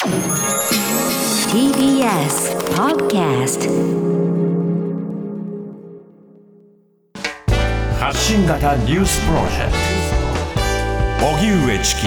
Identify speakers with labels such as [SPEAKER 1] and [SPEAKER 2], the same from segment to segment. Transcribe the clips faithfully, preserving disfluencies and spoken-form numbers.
[SPEAKER 1] ティービーエス Podcast
[SPEAKER 2] 発信型ニュースプロジェクト荻上チキ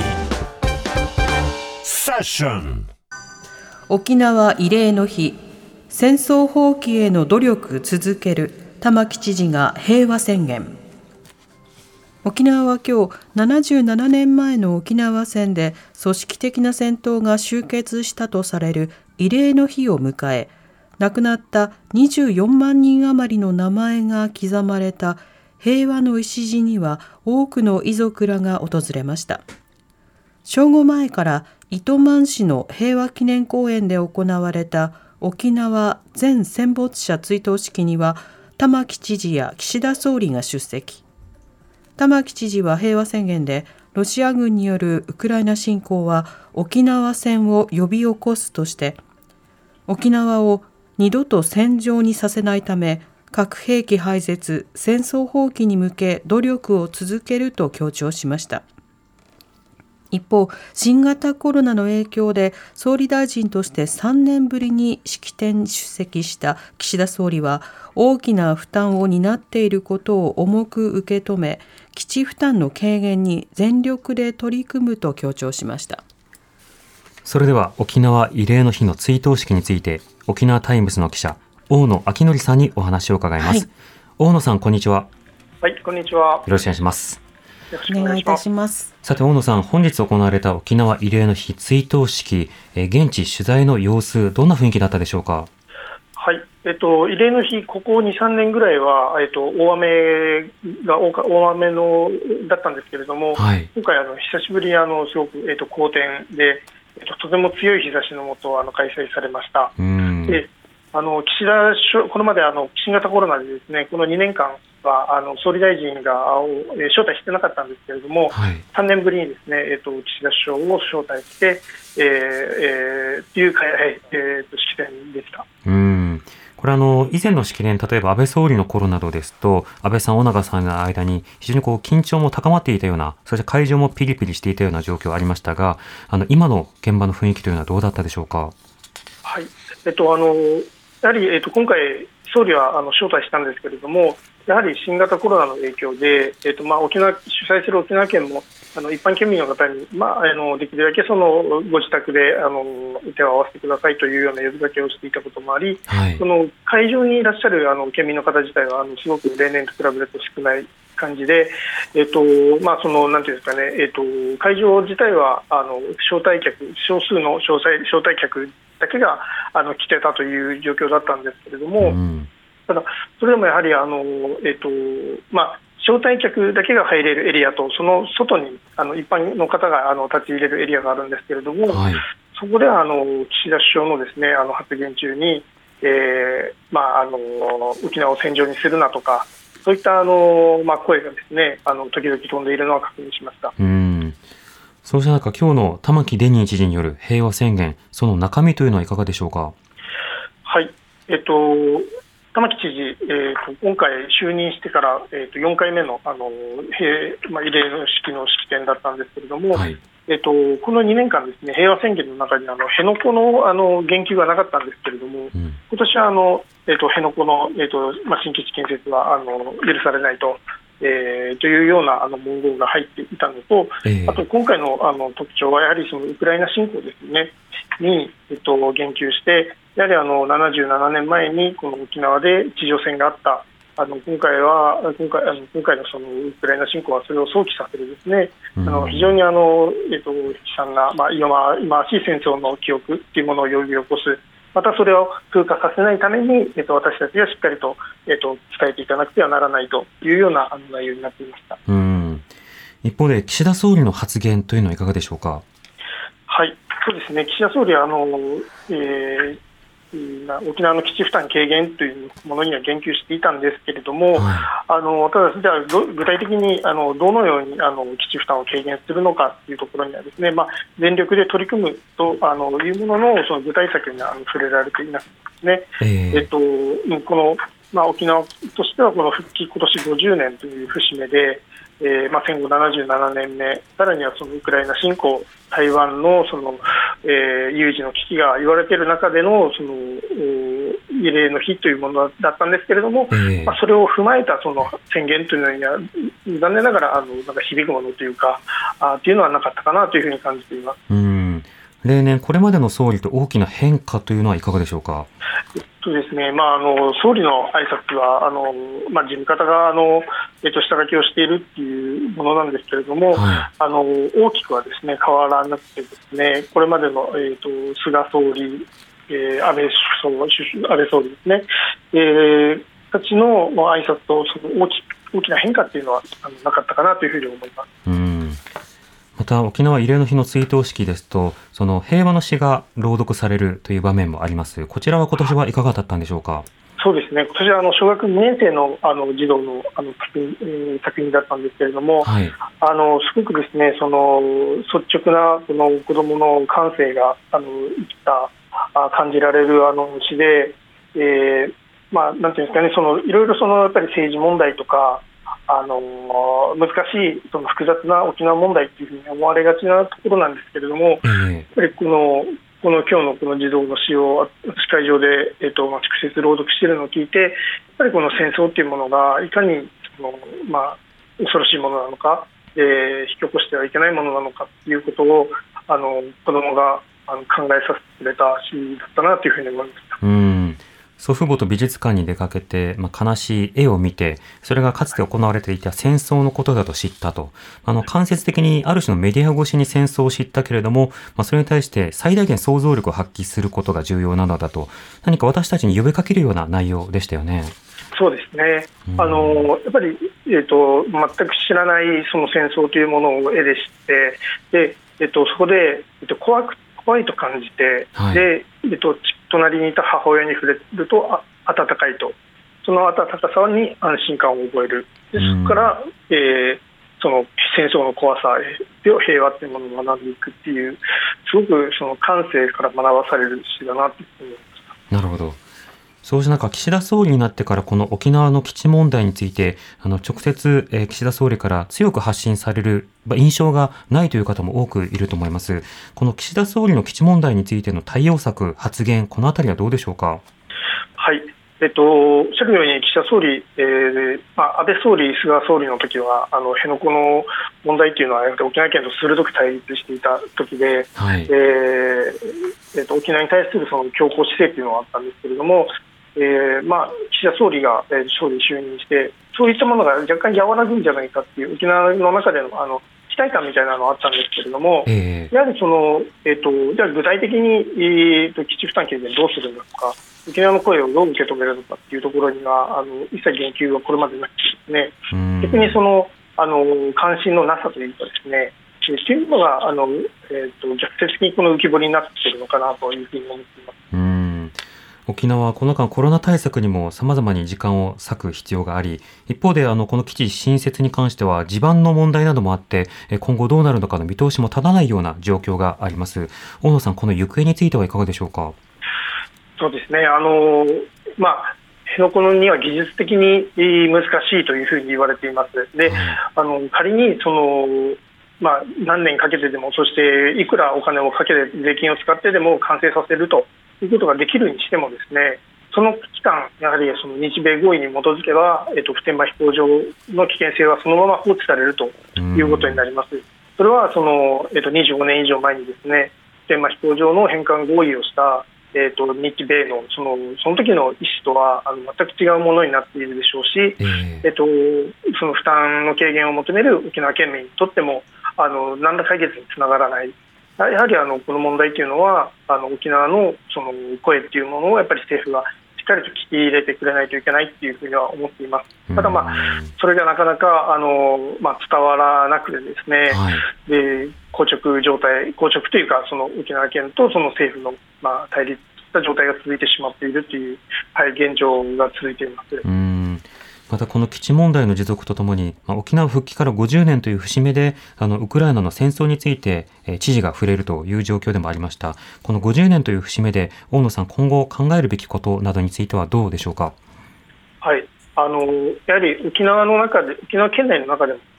[SPEAKER 2] セッション。
[SPEAKER 3] 沖縄慰霊の日、戦争放棄への努力続ける玉城知事が平和宣言。沖縄は今日ななじゅうななねんまえの沖縄戦で組織的な戦闘が終結したとされる慰霊の日を迎え、亡くなったにじゅうよんまんにん余りの名前が刻まれた平和の礎には多くの遺族らが訪れました。正午前から糸満市の平和記念公園で行われた沖縄全戦没者追悼式には玉城知事や岸田総理が出席。玉城知事は平和宣言で、ロシア軍によるウクライナ侵攻は沖縄戦を呼び起こすとして、沖縄を二度と戦場にさせないため、核兵器廃絶、戦争放棄に向け努力を続けると強調しました。一方、新型コロナの影響で総理大臣としてさんねんぶりに式典に出席した岸田総理は、大きな負担を担っていることを重く受け止め、基地負担の軽減に全力で取り組むと強調しました。
[SPEAKER 4] それでは沖縄慰霊の日の追悼式について、沖縄タイムズの記者大野昭則さんにお話を伺います。はい、大野さん、こんにちは。
[SPEAKER 5] はい、こんにちは。
[SPEAKER 4] よろしくお願いします。
[SPEAKER 5] よろしくお願いいたします。
[SPEAKER 4] さて大野さん、本日行われた沖縄慰霊の日追悼式、え現地取材の様子、どんな雰囲気だったでしょうか。
[SPEAKER 5] はい、えっと、慰霊の日、ここに、さんねんぐらいは、えっと、大雨が大大雨のだったんですけれども、はい、今回あの久しぶりにあのすごく、えっと、好天で、えっと、とても強い日差しの下あの開催されました。うんであの岸田首これまであの新型コロナでですね、このにねんかんはあの総理大臣が招待してなかったんですけれども、はい、さんねんぶりにですね、えっと、岸田首相を招待して、えーえー、っていう、えー、式典でした。
[SPEAKER 4] うんこれあの以前の式典、例えば安倍総理の頃などですと、安倍さん、尾長さんの間に非常にこう緊張も高まっていたような、そして会場もピリピリしていたような状況がありましたが、あの今の現場の雰囲気というのはどうだったでしょうか。
[SPEAKER 5] はい、えっとあのやはり、えっと、今回総理はあの招待したんですけれども、やはり新型コロナの影響で、えっとまあ、沖縄主催する沖縄県もあの一般県民の方に、まあ、あのできるだけそのご自宅であの手を合わせてくださいというような呼びかけをしていたこともあり、はい、その会場にいらっしゃるあの県民の方自体はあのすごく例年と比べると少ない感じで、えっとまあ、そのなんていうんですかね、えっと、会場自体はあの招待客、少数の招待、招待客だけがあの来てたという状況だったんですけれども、うん、ただそれでもやはりあの、えっとまあ、招待客だけが入れるエリアと、その外にあの一般の方があの立ち入れるエリアがあるんですけれども、はい、そこではあの岸田首相のですね、あの発言中に、えーまあ、あの沖縄を戦場にするなとか、そういったあの、まあ、声がですね、あの時々飛んでいるのは確認しました。
[SPEAKER 4] うんそうした中、今日の玉城デニー知事による平和宣言、その中身というのはいかがでしょうか。
[SPEAKER 5] はい、えっと、玉城知事、えー、と今回就任してから、えー、とよんかいめの、あの、平まあ、慰霊の式の式典だったんですけれども、はい、えっと、このにねんかんですね、平和宣言の中にあの辺野古の、あの言及がなかったんですけれども、うん、今年はあの、えっと、辺野古の、えっとまあ、新基地建設はあの許されないと。えー、というようなあの文言が入っていたのと、えー、あと今回 の, あの特徴はやはりそのウクライナ侵攻ですねに、えっと、言及して、やはりあのななじゅうななねんまえにこの沖縄で地上戦があった、あの今回は今回あの今回のそのウクライナ侵攻はそれを想起させるですね、うん、あの非常にあの、えっと、悲惨な、まあ、今今しい戦争の記憶というものを呼び起こす。またそれを風化させないために、えっと、私たちがしっかりと、えっと、伝えていかなくてはならないというような内容になっていました。
[SPEAKER 4] うん一方で岸田総理の発言というのはいかがでしょうか。
[SPEAKER 5] はい、そうですね、岸田総理はあの、えー沖縄の基地負担軽減というものには言及していたんですけれども、はい、あのただじゃあ具体的にあのどのようにあの基地負担を軽減するのかというところにはですね、まあ、全力で取り組むとあのいうものの、その具体策には触れられていなくてですね、えーえっと、この、まあ、沖縄としてはこの復帰今年ごじゅうねんという節目で、 えーまあ、戦後ななじゅうななねんめ、さらにはそのウクライナ侵攻、台湾のその、えー、有事の危機が言われている中でのその慰霊の日というものだったんですけれども、えーまあ、それを踏まえたその宣言というのには残念ながらあのなんか響くものというかあというのはなかったかなというふうに感じています。
[SPEAKER 4] うん、例年これまでの総理と大きな変化というのはいかがでしょうか。
[SPEAKER 5] そうですね、まあ、あの総理の挨拶はあの、まあ、事務方があの、えっと、下書きをしているっていうものなんですけれども、はい、あの大きくはですね変わらなくてですね、これまでの、えっと、菅総理、えー、安倍総理、安倍総理ですね、えー、たちの挨拶とその大き大きな変化っていうのはあのなかったかなというふうに思います。
[SPEAKER 4] うん、また沖縄慰霊の日の追悼式ですと、その平和の詩が朗読されるという場面もあります。こちらは今年はいかがだったんでしょうか。
[SPEAKER 5] そうですね、今年はあの小学にねん生の、あの児童の、あの作品、えー、作品だったんですけれども、はい、あのすごくですね、その率直なその子どもの感性があの生きたあ感じられるあの詩で、えーまあ、なんていうんですかね、そのいろいろそのやっぱり政治問題とかあの難しいその複雑な沖縄問題というふうに思われがちなところなんですけれども、うん、やっぱりこのこの今日のこの児童の詩を司会上で、えーとまあ、直接朗読しているのを聞いて、やっぱりこの戦争というものがいかにその、まあ、恐ろしいものなのか、えー、引き起こしてはいけないものなのかということをあの子どもがあの考えさせてくれた詩だったなというふうに思いました。
[SPEAKER 4] うん、祖父母と美術館に出かけて、まあ、悲しい絵を見て、それがかつて行われていた戦争のことだと知ったと。あの間接的にある種のメディア越しに戦争を知ったけれども、まあ、それに対して最大限想像力を発揮することが重要なのだと、何か私たちに呼びかけるような内容でしたよね。
[SPEAKER 5] そうですね、うん、あのやっぱり、えーと、全く知らないその戦争というものを絵で知って、で、えーと、そこで、えーと、怖く怖いと感じて、はい、で、えっと、隣にいた母親に触れるとあ温かいと、その温かさに安心感を覚える。でそこから、えー、その戦争の怖さ、平和というものを学んでいくっていう、すごくその感性から学ばされる詩だなと思いました。
[SPEAKER 4] なるほど。そうした中、岸田総理になってからこの沖縄の基地問題についてあの直接、えー、岸田総理から強く発信される印象がないという方も多くいると思います。この岸田総理の基地問題についての対応策、発言、このあたりはどうでしょうか。
[SPEAKER 5] はい、えっと、おっしゃるように岸田総理、えーまあ、安倍総理、菅総理の時はあの辺野古の問題というのは沖縄県と鋭く対立していた時で、はい、えーえー、と沖縄に対するその強硬姿勢というのがあったんですけれども、えーまあ、岸田総理が、えー、総理就任して、そういったものが若干和らぐんじゃないかっていう沖縄の中での、あの期待感みたいなのがあったんですけれども、えー、やはりその、えー、とじゃあ具体的に、えー、と基地負担軽減どうするのか、沖縄の声をどう受け止めるのかっていうところにはあの一切言及はこれまでなくてですね、逆にそのあの関心のなさというかですね、っていうのがあの、えー、と逆説的にこの浮き彫りになっているのかなというふうに思っています。
[SPEAKER 4] うん、沖縄はこの間コロナ対策にも様々に時間を割く必要があり、一方であのこの基地新設に関しては地盤の問題などもあって、今後どうなるのかの見通しも立たないような状況があります。大野さん、この行方についてはいかがでしょうか。
[SPEAKER 5] そうですね、あのまあ辺野古には技術的に難しいというふうに言われています。で、あの仮にそのまあ、何年かけてでも、そしていくらお金をかけて税金を使ってでも完成させるということができるにしてもですね、その期間、やはりその日米合意に基づけば、えっと、普天間飛行場の危険性はそのまま放置されるということになります。それはその、えっと、にじゅうごねん以上前にですね、普天間飛行場の返還合意をしたえー、と日米のそのその時の意思とはあの全く違うものになっているでしょうし、えーえー、とその負担の軽減を求める沖縄県民にとってもあの何ら解決につながらない。やはりあのこの問題というのはあの沖縄のその声というものをやっぱり政府がしっかりと聞き入れてくれないといけないというふうには思っています。ただ、まあ、それがなかなかあの、まあ、伝わらなくてですね、はい、で硬直状態、硬直というかその沖縄県とその政府の、まあ、対立した状態が続いてしまっているという、はい、現状が続いています。
[SPEAKER 4] うーん、またこの基地問題の持続とともに、まあ、沖縄復帰からごじゅうねんという節目であのウクライナの戦争について、えー、知事が触れるという状況でもありました。このごじゅうねんという節目で大野さん、今後考えるべきことなどについてはどうでしょうか。
[SPEAKER 5] はい、あのやはり沖縄の中で沖縄県内の中でもで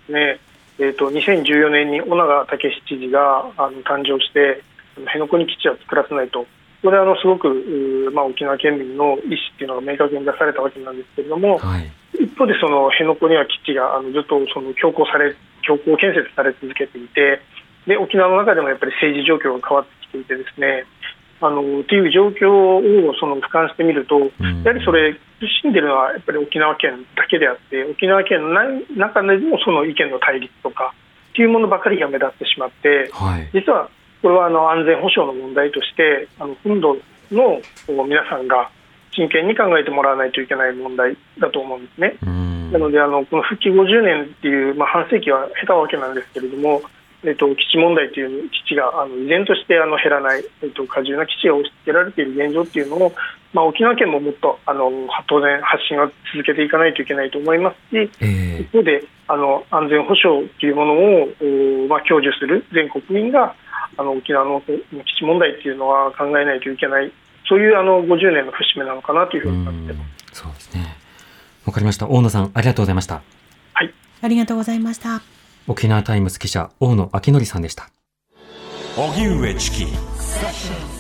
[SPEAKER 5] ですね、えー、とにせんじゅうよねんに尾長武知事があの誕生して辺野古に基地は作らせないと、これはあのすごく、まあ、沖縄県民の意思っていうのが明確に出されたわけなんですけれども、はい、一方でその辺野古には基地があのずっとその強行され強行建設され続けていて、で沖縄の中でもやっぱり政治状況が変わってきていてですね、あのっていう状況をその俯瞰してみると、うん、やはりそれ苦しんでいるのはやっぱり沖縄県だけであって、沖縄県の中でもその意見の対立とかっていうものばかりが目立ってしまって、はい、実はこれはあの安全保障の問題としてあの本土の皆さんが真剣に考えてもらわないといけない問題だと思うんですね。うん、なのであのこの復帰ごじゅうねんっていう、まあ、半世紀は経たわけなんですけれども、えっと、基地問題という基地があの依然としてあの減らない、えっと、過重な基地が押し付けられている現状というのを、まあ、沖縄県ももっとあの当然発信は続けていかないといけないと思いますし、えー、一方であの安全保障というものを、まあ、享受する全国民があの沖縄の基地問題というのは考えないといけない、そういうあのごじゅうねんの節目なのかなというふうに思っています。
[SPEAKER 4] そうですね。わかりました。大野さんありがとうございました。
[SPEAKER 5] はい、
[SPEAKER 3] ありがとうございました。
[SPEAKER 4] 沖縄タイムズ記者大野明則さんでした。
[SPEAKER 2] 荻上チキ